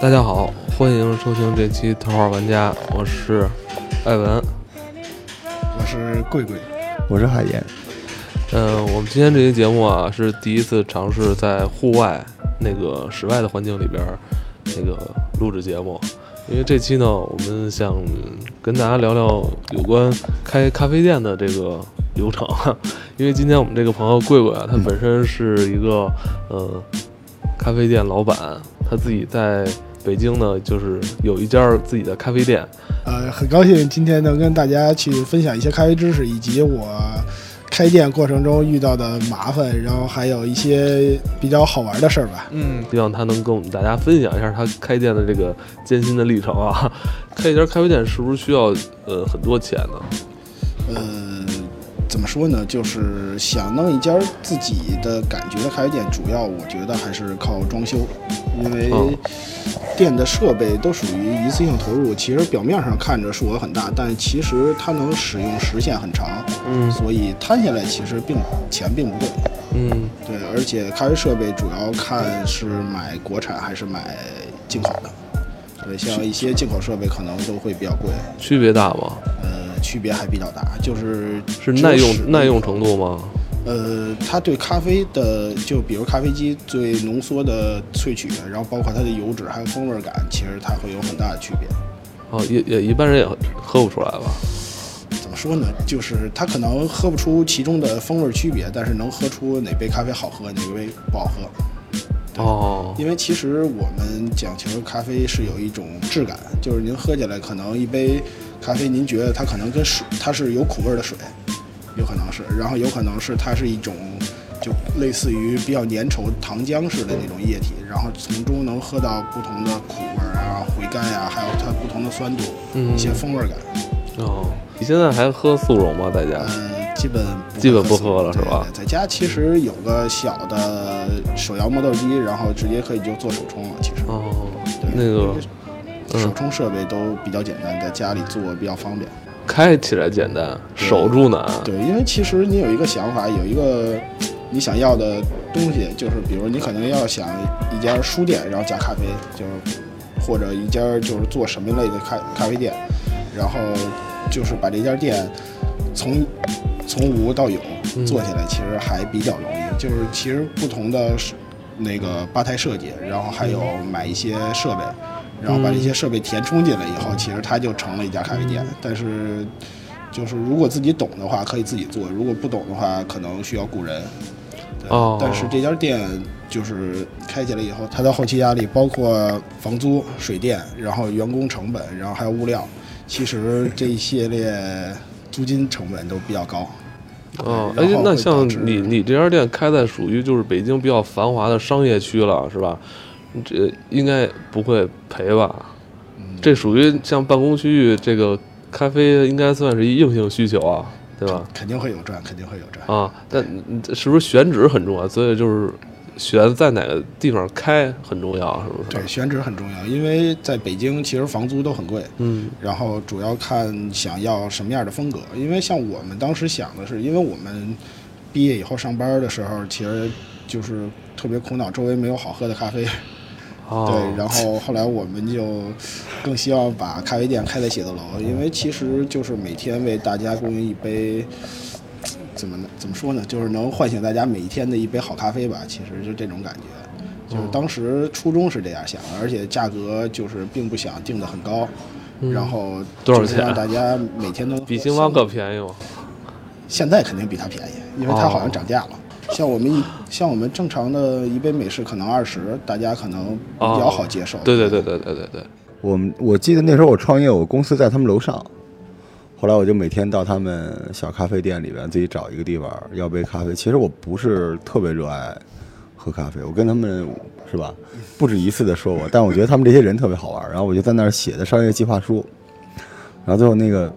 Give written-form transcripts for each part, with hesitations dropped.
大家好，欢迎收听这期《头号玩家》，我是艾文， 我是贵贵， 我是海岩。 我们今天这期节目啊，是第一次尝试在户外那个室外的环境里边那个录制节目，因为这期呢，我们想跟大家聊聊有关开咖啡店的这个流程。因为今天我们这个朋友贵贵啊，他本身是一个咖啡店老板，他自己在北京呢，就是有一家自己的咖啡店。 很高兴今天能跟大家去分享一些咖啡知识，以及我开店过程中遇到的麻烦，然后还有一些比较好玩的事儿吧。 希望他能跟我们大家分享一下他开店的这个艰辛的历程啊。开一家咖啡店是不是需要很多钱呢？ 怎么说呢？就是想弄一家自己的感觉的咖啡店，主要我觉得还是靠装修，因为店的设备都属于一次性投入，其实表面上看着数额很大，但其实它能使用时限很长，所以摊下来其实钱并不贵。对，而且咖啡设备主要看是买国产还是买进口的。对，像一些进口设备可能都会比较贵。 区别大吗？ 区别还比较大，就是耐用程度吗？ 它对咖啡的，就比如咖啡机最浓缩的萃取，然后包括它的油脂还有风味感，其实它会有很大的区别。 也一般人也喝不出来吧？ 怎么说呢？就是他可能喝不出其中的风味区别，但是能喝出哪杯咖啡好喝，哪杯不好喝。因为其实我们讲求咖啡是有一种质感，就是您喝起来可能一杯咖啡，您觉得它可能跟水，它是有苦味的水，有可能是，然后有可能是它是一种就类似于比较粘稠糖浆式的那种液体，然后从中能喝到不同的苦味啊、回甘啊，还有它不同的酸度，一些风味感。 你现在还喝速溶吗？在家？ 基本不喝了是吧？ 在家其实有个小的手摇磨豆机，然后直接可以就做手冲了。其实那个手冲设备都比较简单，在家里做比较方便。 开起来简单，守住难。 对，因为其实你有一个想法，有一个你想要的东西，就是比如你可能要想一家书店，然后加咖啡，就是或者一家就是做什么类的咖啡店，然后就是把这家店从无到有做起来，其实还比较容易。就是其实不同的那个吧台设计，然后还有买一些设备，然后把这些设备填充进来以后，其实它就成了一家咖啡店。但是就是如果自己懂的话，可以自己做；如果不懂的话，可能需要雇人。但是这家店就是开起来以后，它的后期压力包括房租、水电，然后员工成本，然后还有物料，其实这一系列租金成本都比较高。 那像你这家店开在属于就是北京比较繁华的商业区了，是吧？这应该不会赔吧？这属于像办公区域，这个咖啡应该算是一硬性需求啊，对吧？ 肯定会有赚啊！但是不是选址很重要？所以就是选在哪个地方开很重要，是不是？ 对，选址很重要，因为在北京其实房租都很贵，然后主要看想要什么样的风格。因为像我们当时想的是，因为我们毕业以后上班的时候，其实就是特别苦恼，周围没有好喝的咖啡。对，然后后来我们就更希望把咖啡店开在写字楼，因为其实就是每天为大家供应一杯。怎么说呢？就是能唤醒大家每一天的一杯好咖啡吧。其实就这种感觉，就是当时初衷是这样想的，而且价格就是并不想定得很高，然后多少钱？ 让大家每天都比星巴克便宜吗？ 现在肯定比它便宜，因为它好像涨价了。像我们正常的一杯美式可能20，大家可能比较好接受。 对。 我记得那时候我创业，我公司在他们楼上。后来我就每天到他们小咖啡店里边自己找一个地方要杯咖啡。其实我不是特别热爱喝咖啡，我跟他们是吧不止一次的说过，但我觉得他们这些人特别好玩。然后我就在那儿写的商业计划书，然后最后那个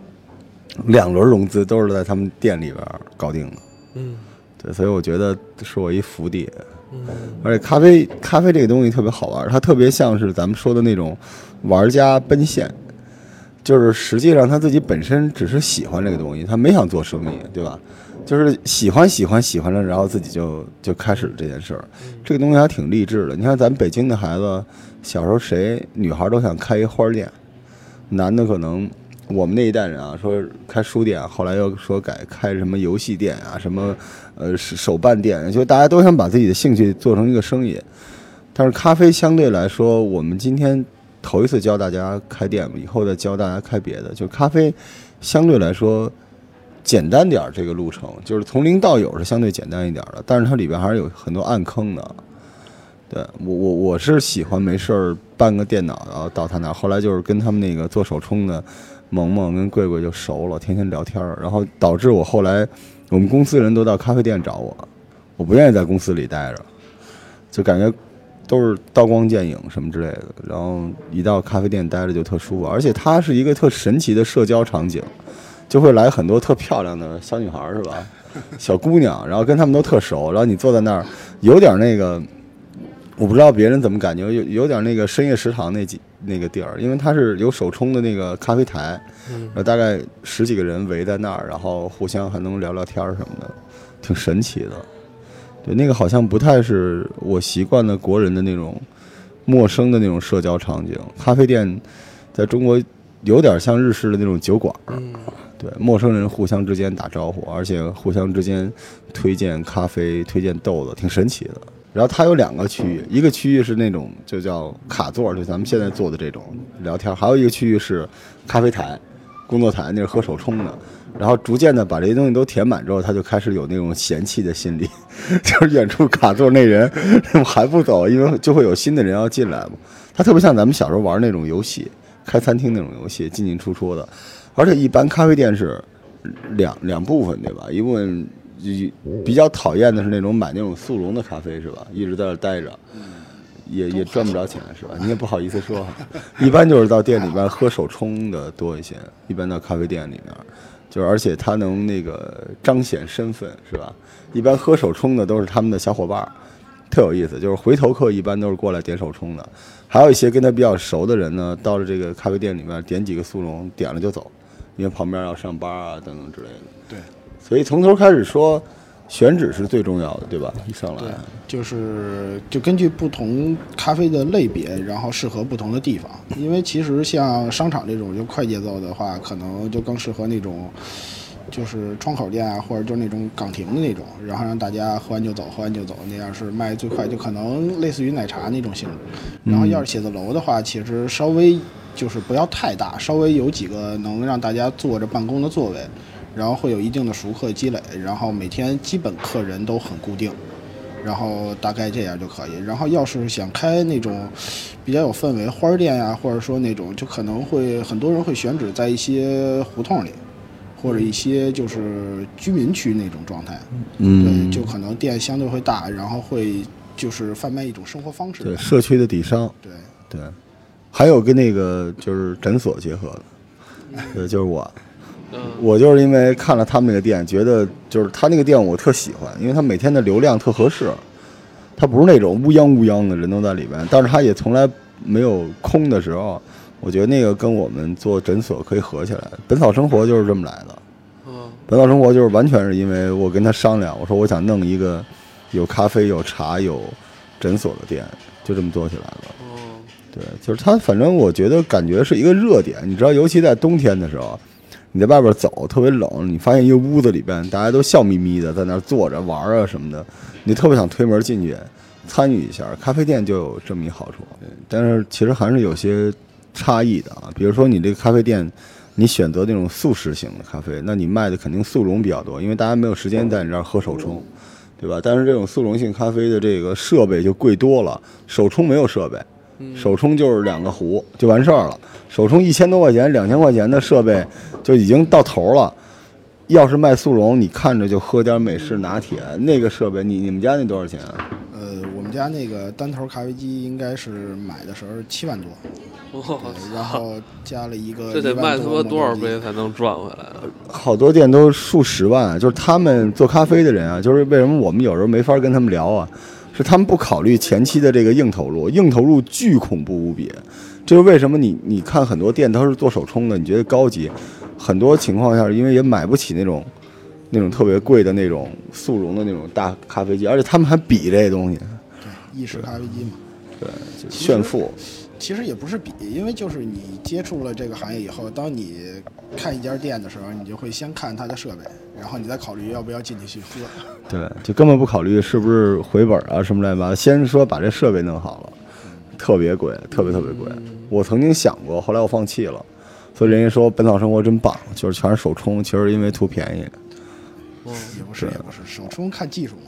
2轮融资都是在他们店里边搞定的。对，所以我觉得是我一福地。而且咖啡这个东西特别好玩，它特别像是咱们说的那种玩家奔现。就是实际上他自己本身只是喜欢这个东西，他没想做生意，对吧？ 就是喜欢了，然后自己就开始这件事儿。这个东西还挺励志的。你看咱们北京的孩子，小时候谁女孩都想开一花店，男的可能我们那一代人啊说开书店，后来又说改开什么游戏店啊，什么手办店，就大家都想把自己的兴趣做成一个生意。但是咖啡相对来说，我们今天头一次教大家开店，以后再教大家开别的，就咖啡相对来说简单点，这个路程就是从零到有是相对简单一点的，但是它里边还是有很多暗坑的。对，我是喜欢没事办个电脑，然后到他那儿，后来就是跟他们那个做手冲的萌萌跟贵贵就熟了，天天聊天，然后导致我后来我们公司人都到咖啡店找我不愿意在公司里待着，就感觉都是刀光剑影什么之类的，然后一到咖啡店待着就特舒服，而且它是一个特神奇的社交场景，就会来很多特漂亮的小女孩是吧，小姑娘，然后跟他们都特熟，然后你坐在那儿有点那个，我不知道别人怎么感觉，有点那个深夜食堂那个地儿，因为它是有手冲的那个咖啡台，然后大概10几个人围在那儿，然后互相还能聊聊天什么的，挺神奇的。对，那个好像不太是我习惯的国人的那种陌生的那种社交场景。咖啡店在中国有点像日式的那种酒馆，对，陌生人互相之间打招呼，而且互相之间推荐咖啡、推荐豆子，挺神奇的。然后它有2个区域，一个区域是那种就叫卡座，就咱们现在做的这种聊天，还有一个区域是咖啡台、工作台，那是喝手冲的。然后逐渐的把这些东西都填满之后，他就开始有那种嫌弃的心理，就是远处卡座那人还不走，因为就会有新的人要进来嘛。他特别像咱们小时候玩那种游戏，开餐厅那种游戏，进进出出的。而且一般咖啡店是两部分，对吧？一部分比较讨厌的是那种买那种速溶的咖啡，是吧？一直在那待着，也赚不着钱，是吧？你也不好意思说。一般就是到店里边喝手冲的多一些，一般到咖啡店里面。就是而且他能那个彰显身份，是吧？一般喝手冲的都是他们的小伙伴，特有意思。就是回头客一般都是过来点手冲的，还有一些跟他比较熟的人呢，到了这个咖啡店里面点几个速溶，点了就走，因为旁边要上班啊等等之类的。 对， 所以从头开始说，选址是最重要的，对吧？一上来就根据不同咖啡的类别，然后适合不同的地方。因为其实像商场这种就快节奏的话，可能就更适合那种就是窗口店啊，或者就那种岗亭的那种，然后让大家喝完就走，那样是卖最快，就可能类似于奶茶那种性质。然后要是写字楼的话，其实稍微就是不要太大，稍微有几个能让大家坐着办公的座位，然后会有一定的熟客积累，然后每天基本客人都很固定，然后大概这样就可以。然后要是想开那种比较有氛围花店呀，或者说那种就可能会很多人会选址在一些胡同里，或者一些就是居民区那种状态，对，就可能店相对会大，然后会就是贩卖一种生活方式， 对，社区的底商，对，还有跟那个就是诊所结合的，就是我就是因为看了他们那个店，觉得就是他那个店我特喜欢，因为他每天的流量特合适，他不是那种乌泱的人都在里边，但是他也从来没有空的时候。我觉得那个跟我们做诊所可以合起来。本草生活就是这么来的。本草生活就是完全是因为我跟他商量，我说我想弄一个有咖啡、有茶、有诊所的店，就这么做起来了。对，就是他，反正我觉得感觉是一个热点。你知道，尤其在冬天的时候，你在外边走特别冷，你发现一个屋子里边大家都笑眯眯的在那儿坐着玩啊什么的，你特别想推门进去参与一下。咖啡店就有这么一好处，但是其实还是有些差异的啊。比如说你这个咖啡店，你选择那种速食型的咖啡，那你卖的肯定速溶比较多，因为大家没有时间在你这儿喝手冲，对吧？但是这种速溶性咖啡的这个设备就贵多了，手冲没有设备，手冲就是2个壶就完事儿了。手冲1000多块钱、2000块钱的设备就已经到头了。要是卖速溶，你看着就喝点美式拿铁，那个设备你们家那多少钱啊？ 我们家那个单头咖啡机应该是买的时候7万多，然后加了一个， 这得卖他妈多少杯才能赚回来啊？ 好多店都数10万，就是他们做咖啡的人啊，就是为什么我们有时候没法跟他们聊啊，是他们不考虑前期的这个硬投入巨恐怖无比。这就是为什么你看很多店都是做手冲的，你觉得高级，很多情况下是因为也买不起那种那种特别贵的那种速溶的那种大咖啡机，而且他们还比这东西， 对，意式咖啡机嘛， 对，就炫富。 其实也不是比，因为就是你接触了这个行业以后，当你看一家店的时候，你就会先看它的设备，然后你再考虑要不要进去喝。 对，就根本不考虑是不是回本啊什么来吧，先说把这设备弄好了，特别贵，特别贵。我曾经想过，后来我放弃了。所以人家说本草生活真棒，就是全是手冲，其实因为图便宜。 也不是，手冲看技术嘛。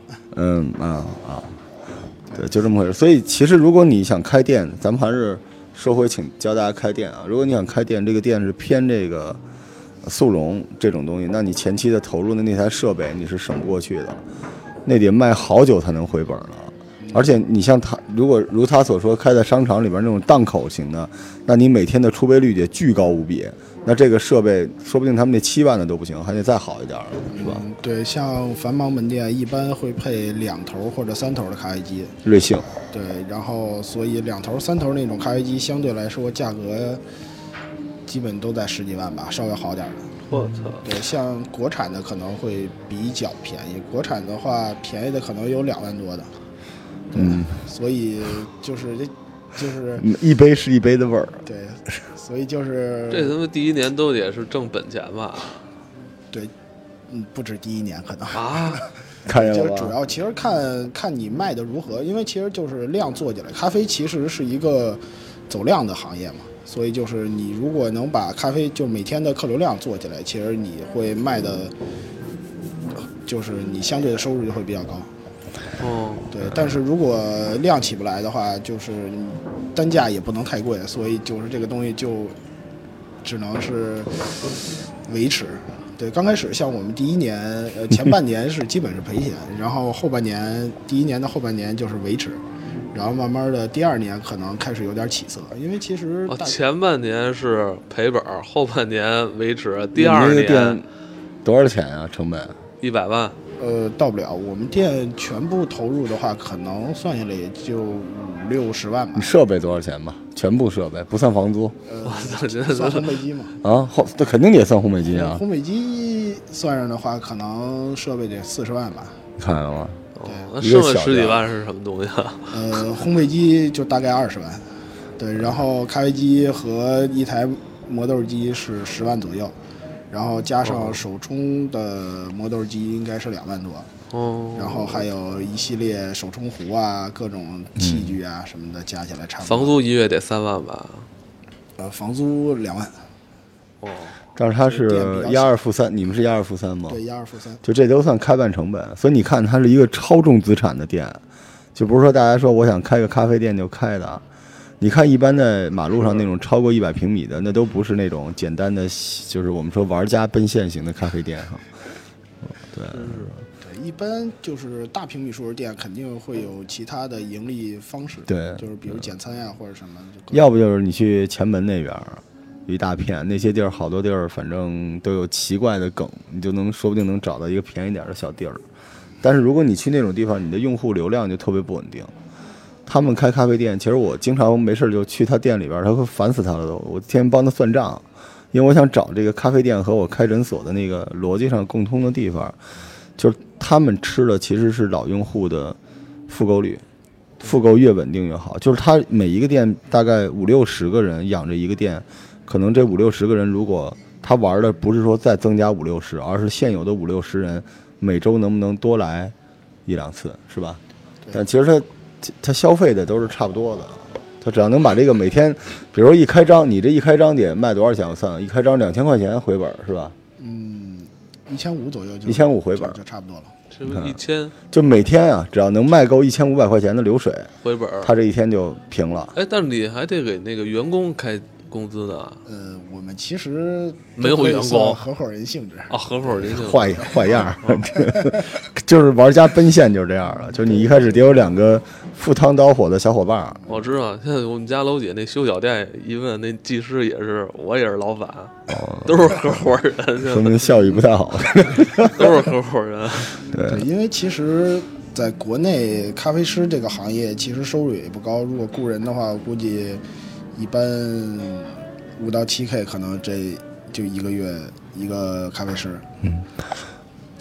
对，就这么回事。所以其实如果你想开店，咱们还是说回请教大家开店啊。如果你想开店，这个店是偏这个速溶这种东西，那你前期的投入的那台设备你是省不过去的，那得卖好久才能回本了。而且你像他，如他所说，开在商场里边那种档口型的，那你每天的出杯率得巨高无比。那这个设备说不定他们那7万的都不行，还得再好一点，是吧？ 对，像繁忙门店一般会配2头或者3头的咖啡机， 瑞幸。 对，然后所以2头、3头那种咖啡机相对来说价格基本都在10几万吧，稍微好点的。 我操！ 对，像国产的可能会比较便宜，国产的话便宜的可能有2万多的。所以就是一杯是一杯的味儿。 对，所以就是这他妈第一年都得是挣本钱吧？ 对，不止第一年可能啊。 看见了吧？ 就主要其实看你卖的如何，因为其实就是量做起来，咖啡其实是一个走量的行业嘛，所以就是你如果能把咖啡就每天的客流量做起来，其实你会卖的，就是你相对的收入就会比较高。对，但是如果量起不来的话，就是单价也不能太贵，所以就是这个东西就只能是维持。对，刚开始像我们第一年，前半年是基本是赔钱，然后后半年，第一年的后半年就是维持，然后慢慢的第2年可能开始有点起色，因为其实前半年是赔本，后半年维持，第2年多少钱啊？成本 100万。 到不了，我们店全部投入的话，可能算下来也就50-60万吧。 你设备多少钱吧？全部设备不算房租。 算烘焙机嘛？ 啊，那肯定得算烘焙机啊。 烘焙机算上的话，可能设备得40万吧。 你看了吗？ 对，那剩下10几万是什么东西啊？ 烘焙机就大概20万，对，然后咖啡机和一台磨豆机是10万左右。然后加上手冲的磨豆机应该是2万多，然后还有一系列手冲壶啊、各种器具啊什么的，加起来差不多。 房租1月得3万吧？ 房租2万。 但是它是押2付3，你们是押2付3吗？ 对，押2付3。 就这都算开办成本，所以你看它是一个超重资产的店，就不是说大家说我想开个咖啡店就开的。你看一般的马路上那种超过100平米的，那都不是那种简单的，就是我们说玩家奔现型的咖啡店哈。对， 一般就是大平米数的店肯定会有其他的盈利方式， 对， 就是比如简餐呀或者什么。 要不就是你去前门那边有一大片，那些地儿好多地儿反正都有奇怪的梗，你就说不定能找到一个便宜点的小地儿。但是如果你去那种地方，你的用户流量就特别不稳定。他们开咖啡店，其实我经常没事就去他店里边，他会烦死他了都。我天天帮他算账，因为我想找这个咖啡店和我开诊所的那个逻辑上共通的地方，就是他们吃的其实是老用户的复购率，复购越稳定越好。就是他每一个店大概50-60个人养着一个店，可能这50-60个人如果他玩的不是说再增加50-60，而是现有的50-60人每周能不能多来1-2次，是吧？但其实他消费的都是差不多的，他只要能把这个每天，比如一开张，你这一开张得卖多少钱？我算了，一开张2000块钱回本是吧 ？1500左右就 ，1500回本就差不多了。 是不是1000？ 就每天啊，只要能卖够1500块钱的流水回本， 他这一天就平了。 哎，但是你还得给那个员工开工资的。 我们其实没有员工， 合伙人性质啊，合伙人性质坏样就是玩家奔现就是这样的，就是你一开始得有2个赴汤蹈火的小伙伴。 我知道，现在我们家楼姐那修脚店一问，那技师也是，我也是老板，都是合伙人， 说明效益不太好， 都是合伙人。 对，因为其实在国内咖啡师这个行业其实收入也不高，如果雇人的话，我估计一般5到7K，可能这就1个月一个咖啡师。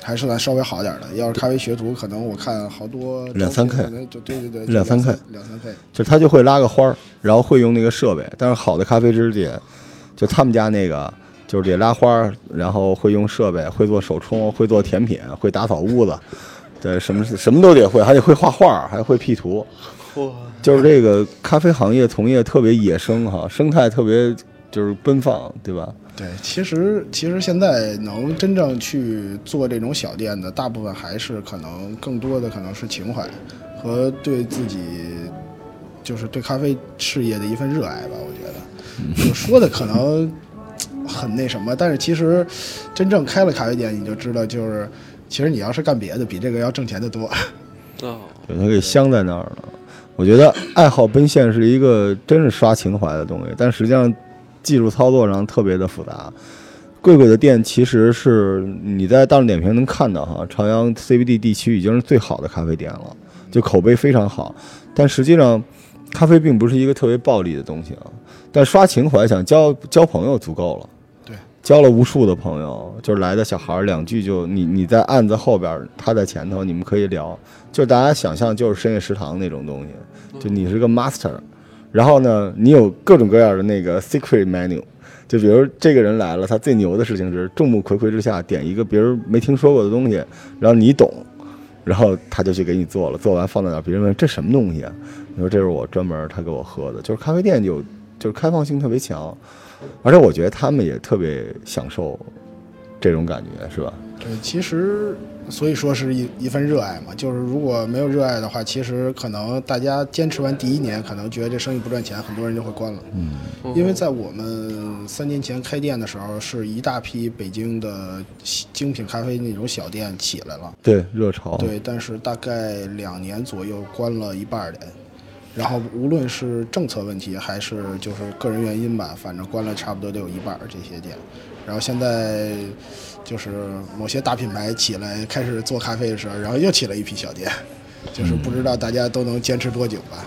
还是算稍微好点的。要是咖啡学徒，可能我看好多 2-3 K， 可能就对 2-3 K， 2-3 K， 就他就会拉个花儿，然后会用那个设备。但是好的咖啡师姐，就他们家那个就是得拉花儿，然后会用设备，会做手冲，会做甜品，会打扫屋子，对，什么都得会，还得会画画，还会 P 图。就是这个咖啡行业从业特别野生哈，生态特别就是奔放，对吧？ 对，其实现在能真正去做这种小店的，大部分还是可能更多的可能是情怀和对自己就是对咖啡事业的一份热爱吧。我觉得，我说的可能很那什么，但是其实真正开了咖啡店，你就知道，就是其实你要是干别的，比这个要挣钱的多。 哦， 对，它给镶在那儿了。我觉得爱好奔现是一个真是刷情怀的东西，但实际上技术操作上特别的复杂。贵贵的店其实是你在大众点评能看到哈，朝阳 CBD 地区已经是最好的咖啡店了，就口碑非常好。但实际上，咖啡并不是一个特别暴利的东西啊。但刷情怀想交朋友足够了。 对， 交了无数的朋友，就是来的小孩2句就你在案子后边，他在前头，你们可以聊。就大家想象就是深夜食堂那种东西，就你是个 master， 然后呢，你有各种各样的那个 secret menu， 就比如这个人来了，他最牛的事情是众目睽睽之下点一个别人没听说过的东西，然后你懂，然后他就去给你做了，做完放在那儿，别人问这什么东西啊？你说这是我专门他给我喝的，就是咖啡店就是开放性特别强，而且我觉得他们也特别享受这种感觉，是吧？ 对，其实所以说是一份热爱嘛。就是如果没有热爱的话，其实可能大家坚持完第1年，可能觉得这生意不赚钱，很多人就会关了。因为在我们3年前开店的时候，是一大批北京的精品咖啡那种小店起来了， 对，热潮。 对，但是大概2年左右关了一半的。然后无论是政策问题还是就是个人原因吧，反正关了差不多得有一半这些店。然后现在就是某些大品牌起来开始做咖啡的时候，然后又起了一批小店，就是不知道大家都能坚持多久吧。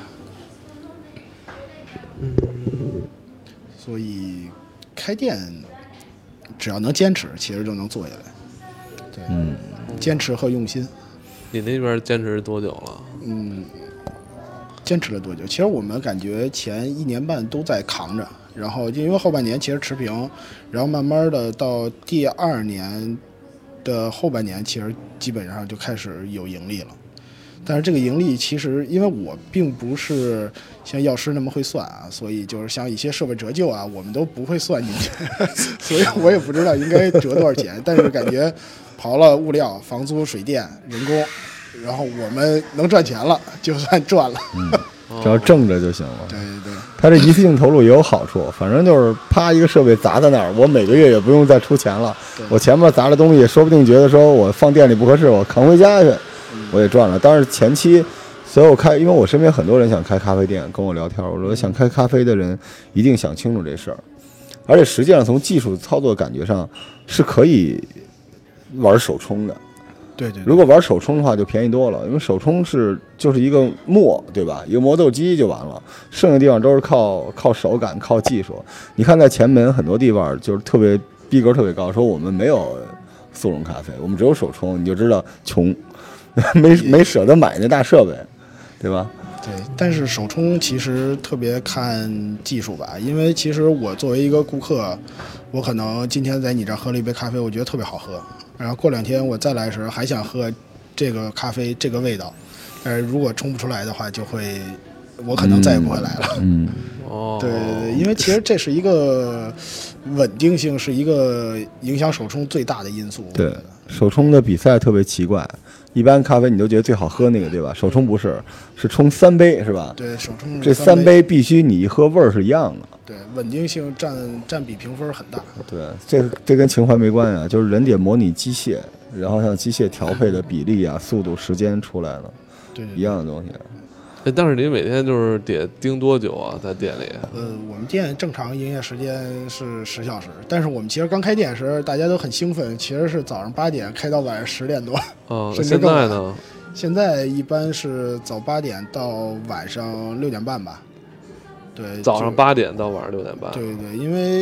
所以开店只要能坚持，其实就能做下来。对，坚持和用心。 你那边坚持多久了？ 坚持了多久？其实我们感觉前1年半都在扛着，然后因为后半年其实持平，然后慢慢的到第2年的后半年，其实基本上就开始有盈利了。但是这个盈利其实因为我并不是像药师那么会算啊，所以就是像一些设备折旧啊，我们都不会算进去，所以我也不知道应该折多少钱。但是感觉刨了物料、房租、水电、人工，然后我们能赚钱了，就算赚了。 只要挣着就行了。 对对， 它这一次性投入也有好处，反正就是啪一个设备砸在那儿，我每个月也不用再出钱了。我前面砸的东西，说不定觉得说我放店里不合适，我扛回家去，我也赚了。但是前期，所以我因为我身边很多人想开咖啡店，跟我聊天，我说想开咖啡的人一定想清楚这事儿，而且实际上从技术操作感觉上是可以玩手冲的。 对对， 如果玩手冲的话就便宜多了，因为手冲就是一个磨，对吧？一个磨豆机就完了，剩下的地方都是靠手感、靠技术。你看在前门很多地方就是特别逼格特别高，说我们没有速溶咖啡，我们只有手冲，你就知道穷，没舍得买那大设备，对吧？ 对，但是手冲其实特别看技术吧，因为其实我作为一个顾客，我可能今天在你这儿喝了一杯咖啡，我觉得特别好喝，然后过2天我再来的时候还想喝这个咖啡这个味道，但是如果冲不出来的话，我可能再也不会来了。对对对，因为其实这是一个稳定性，是一个影响手冲最大的因素。 对，手冲的比赛特别奇怪，一般咖啡你都觉得最好喝那个，对吧？手冲不是，是冲3杯是吧？ 对，手冲这3杯必须你一喝味儿是一样的。 对，稳定性占比评分很大。 对，这跟情怀没关系啊，就是人得模拟机械，然后像机械调配的比例啊、速度、时间出来了， 对， 一样的东西。 但是你每天就是得盯多久啊？在店里？ 我们店正常营业时间是10小时，但是我们其实刚开店时大家都很兴奋，其实是早上8点开到晚上10点多。 现在呢？ 现在一般是早8点到晚上6点半吧。对， 早上8点到晚上6点半。 对对，因为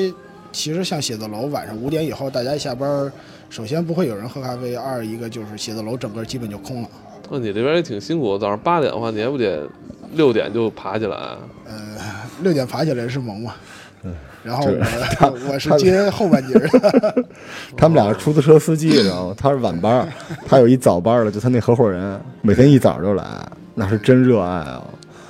其实像写字楼晚上5点以后，大家一下班，首先不会有人喝咖啡，二一个就是写字楼整个基本就空了。 那你这边也挺辛苦，早上8点的话，你还不得6点就爬起来 ？6点爬起来是萌嘛。然后我是接后半截的。 他们俩是出租车司机，然后他是晚班，他有一早班的，就他那合伙人每天一早就来，那是真热爱啊。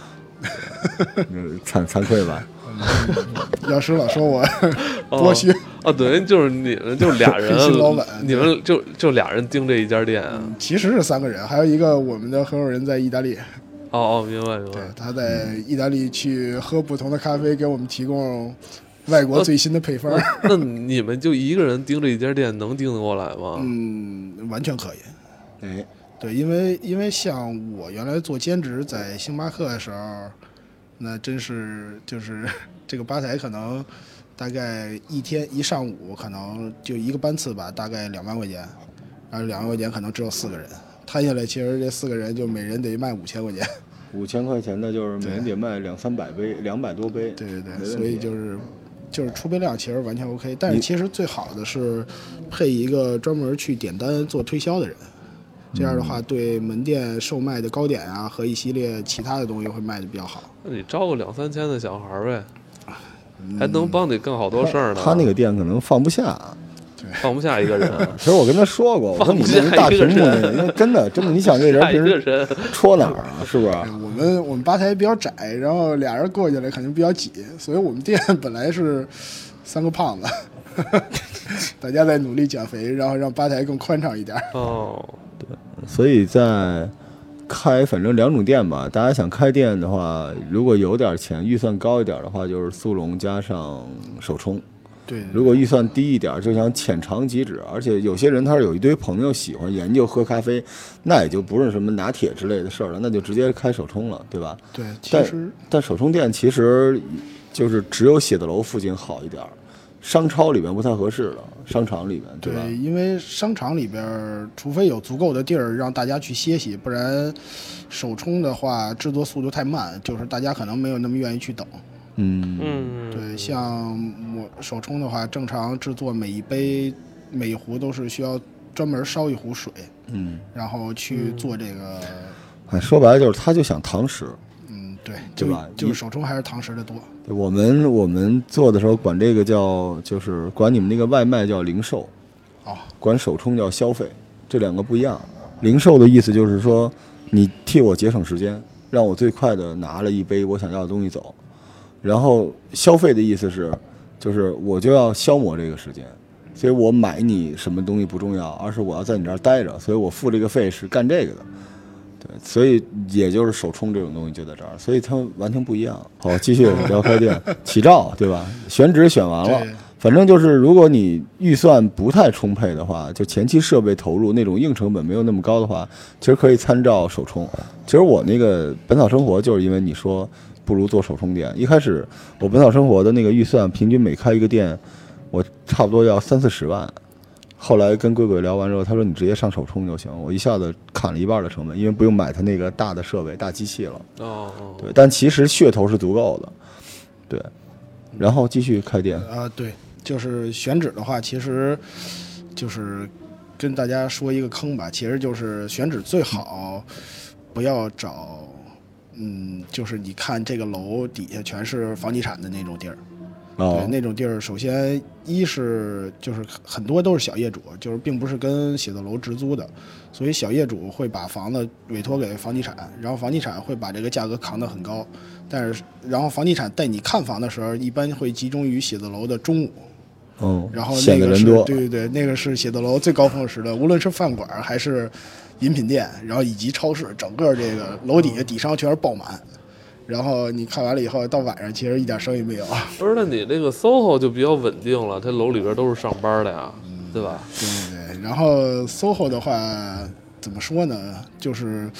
惭愧吧。 药师老说我剥削等于就是你们就俩人， 新老板， 你们就俩人盯这一家店其实是3个人，还有一个我们的合伙人在意大利。 明白。 对，他在意大利去喝不同的咖啡，给我们提供外国最新的配方。 那你们就一个人盯着一家店，能盯得过来吗？ 完全可以。对，因为像我原来做兼职在星巴克的时候，那真是就是这个吧台可能大概一上午可能就一个班次吧，大概2万块钱，然后2万块钱可能只有4个人，摊下来其实这4个人就每人得卖5000块钱。 5000块钱的就是每人得卖200-300杯，200多杯。 对，所以就是出杯量其实完全 OK， 但是其实最好的是配一个专门去点单做推销的人，这样的话对门店售卖的糕点啊和一系列其他的东西会卖的比较好。 那你招个2-3千的小孩呗，还能帮你干好多事儿呢。 他那个店可能放不下。 放不下一个人。 其实我跟他说过，我说你那是大屏幕那个，因为真的，你想这人平时戳哪儿啊？是不是？ 我们吧台比较窄，然后俩人过去了肯定比较挤，所以我们店本来是3个胖子，大家在努力减肥，然后让吧台更宽敞一点。 对，所以在开反正2种店吧，大家想开店的话，如果有点钱，预算高一点的话，就是速溶加上手冲。 对， 如果预算低一点，就想浅尝即止，而且有些人他是有一堆朋友喜欢研究喝咖啡，那也就不是什么拿铁之类的事儿了，那就直接开手冲了，对吧？ 对，其实但手冲店其实就是只有写字楼附近好一点，商超里边不太合适了，商场里边对吧？ 对，因为商场里边除非有足够的地儿让大家去歇息，不然手冲的话制作速度太慢，就是大家可能没有那么愿意去等。对，像我手冲的话，正常制作每一杯每一壶都是需要专门烧一壶水，然后去做这个。 说白了就是他就想堂食， 对吧？ 就是手冲还是堂食的多。 我们做的时候管这个就是管你们那个外卖叫零售，管手冲叫消费，这2个不一样。零售的意思就是说，你替我节省时间，让我最快的拿了一杯我想要的东西走。然后消费的意思是，就是我就要消磨这个时间，所以我买你什么东西不重要，而是我要在你这儿待着，所以我付这个费是干这个的。对，所以也就是手冲这种东西就在这儿，所以它完全不一样。好，继续聊开店，起照对吧？选址选完了，反正就是如果你预算不太充沛的话，就前期设备投入那种硬成本没有那么高的话，其实可以参照手冲。其实我那个本草生活就是因为你说不如做手冲店。一开始我本草生活的那个预算，平均每开一个店，我差不多要30-40万。后来跟贵贵聊完之后，他说你直接上手冲就行，我一下子砍了1半的成本，因为不用买他那个大的设备、大机器了。对，但其实噱头是足够的。对，然后继续开店。 对，就是选址的话，其实就是跟大家说一个坑吧，其实就是选址最好不要找。就是你看这个楼底下全是房地产的那种地儿，对，那种地儿，首先一是就是很多都是小业主，就是并不是跟写字楼直租的，所以小业主会把房子委托给房地产，然后房地产会把这个价格扛得很高，但是然后房地产带你看房的时候，一般会集中于写字楼的中午。然后那个是对，那个是写字楼最高峰时的，无论是饭馆还是饮品店，然后以及超市，整个这个楼底下底商全是爆满。然后你看完了以后，到晚上其实一点生意没有。 不是，那你这个 SOHO 就比较稳定了，它楼里边都是上班的呀，对吧？ 对。然后 SOHO 的话，怎么说呢？就是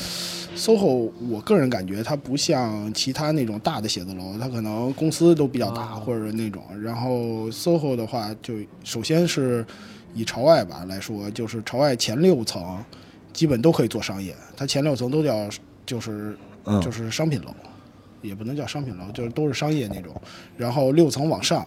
SOHO， 我个人感觉它不像其他那种大的写字楼，它可能公司都比较大，或者那种。然后 SOHO 的话，就首先是以朝外吧来说，就是朝外前6层基本都可以做商业，它前6层都叫就是商品楼。也不能叫商品楼，就是都是商业那种。然后6层往上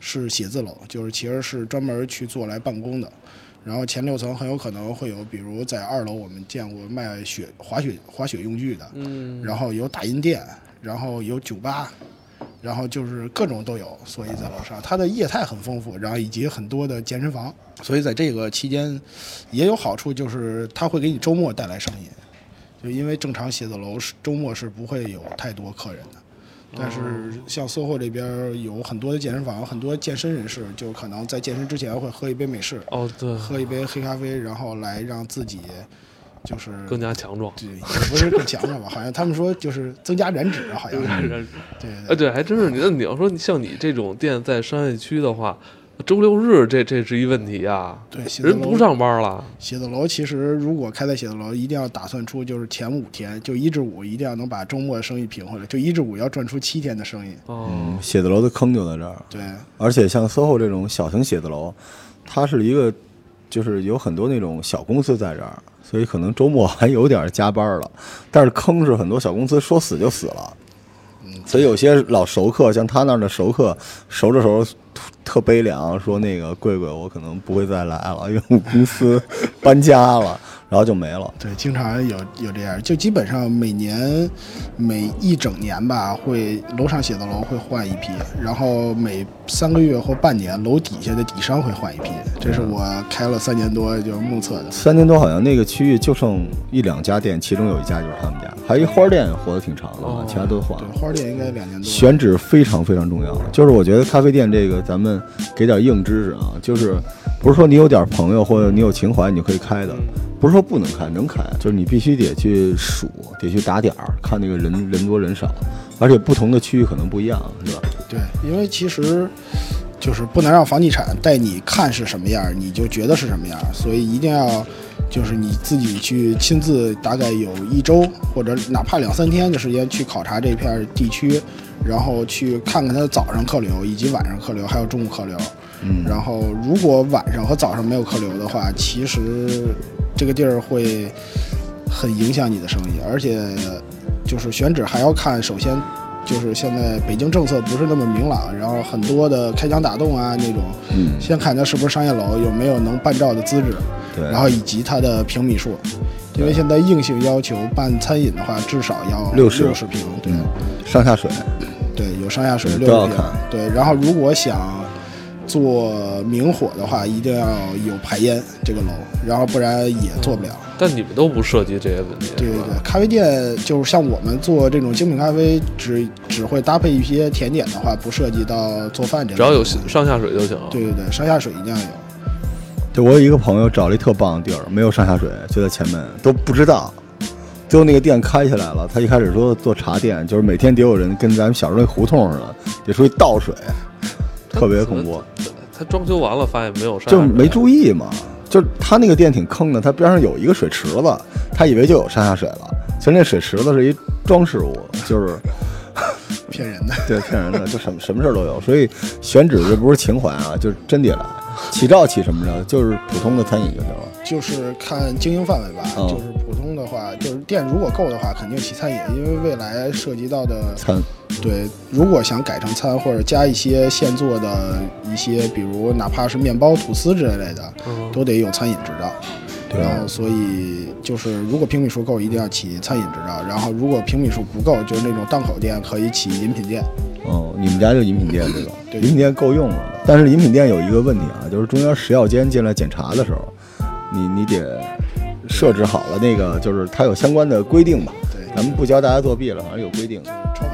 是写字楼，就是其实是专门去做来办公的。然后前6层很有可能会有，比如在2楼我们见过卖滑雪用具的，然后有打印店，然后有酒吧，然后就是各种都有，所以在楼上它的业态很丰富，然后以及很多的健身房，所以在这个期间也有好处，就是它会给你周末带来生意，就因为正常写字楼周末是不会有太多客人的。但是像SOHO这边有很多的健身房，很多健身人士就可能在健身之前会喝一杯美式， 对， 喝一杯黑咖啡，然后来让自己就是更加强壮。 对，也不是更强壮吧，好像他们说就是增加燃脂，好像是。对， 对，还真是。你要说像你这种店在商业区的话，周6日这是一问题啊。 对， 人不上班了。 写字楼其实如果开在写字楼，一定要打算出就是前5天，就1至5一定要能把周末生意平回来，就1至5要赚出7天的生意。 写字楼的坑就在这儿。 对， 而且像 SOHO 这种小型写字楼，它是一个就是有很多那种小公司在这儿，所以可能周末还有点加班了。但是坑是很多小公司说死就死了。所以有些老熟客，像他那儿的熟客，熟着熟着特悲凉，说那个贵贵，我可能不会再来了，因为我公司搬家了，然后就没了。 对，经常有这样，就基本上每一整年吧，会楼上写字楼会换一批，然后每3个月或半年，楼底下的底商会换一批。这是我开了3年多就目测的。 3年多好像那个区域就剩1、2家店，其中有一家就是他们家，还有一花店活得挺长的，其他都换了。 对，花店应该2年多。 选址非常非常重要，就是我觉得咖啡店这个咱们给点硬知识啊，就是不是说你有点朋友或者你有情怀你就可以开的，不是说不能开，能开，就是你必须得去数，得去打点儿，看那个人多人少，而且不同的区域可能不一样，是吧？ 对，因为其实就是不能让房地产带你看是什么样，你就觉得是什么样，所以一定要就是你自己去亲自大概有1周或者哪怕2、3天的时间去考察这片地区，然后去看看它的早上客流以及晚上客流还有中午客流。然后如果晚上和早上没有客流的话，其实这个地儿会很影响你的生意，而且就是选址还要看，首先就是现在北京政策不是那么明朗，然后很多的开墙打洞啊那种，先看它是不是商业楼，有没有能办照的资质，然后以及它的平米数，因为现在硬性要求办餐饮的话至少要60平，对， 上下水， 对，有上下水60平，对，然后如果想做明火的话，一定要有排烟这个楼，然后不然也做不了。 但你们都不涉及这些问题。 对对对，咖啡店就是像我们做这种精品咖啡，只会搭配一些甜点的话，不涉及到做饭这个。 只要有上下水就行。 对对对，上下水一定要有。 对，我有一个朋友找了一特棒的地儿，没有上下水，就在前门，都不知道。最后那个店开起来了，他一开始说做茶店，就是每天得有人跟咱们小时候那胡同似的，得出去倒水。特别恐怖， 他装修完了发现没有上， 就没注意嘛。就他那个店挺坑的，他边上有一个水池子，他以为就有上下水了，其实那水池子是一装饰物，就是骗人的。 对，骗人的，就什么事儿都有。所以选址这不是情怀啊，就是真得来。起照起什么的，就是普通的餐饮就行了。 就是看经营范围吧，就是普通的话，就是店如果够的话，肯定起餐饮，因为未来涉及到的餐， 对，如果想改成餐或者加一些现做的一些，比如哪怕是面包、吐司之类的，都得有餐饮执照。然后所以就是如果平米数够，一定要起餐饮执照。然后如果平米数不够，就是那种档口店可以起饮品店。 哦，你们家就饮品店这个， 对， 饮品店够用了。但是饮品店有一个问题啊，就是中间食药监进来检查的时候，你得设置好了那个，就是它有相关的规定吧。 对， 咱们不教大家作弊了，反正有规定。 超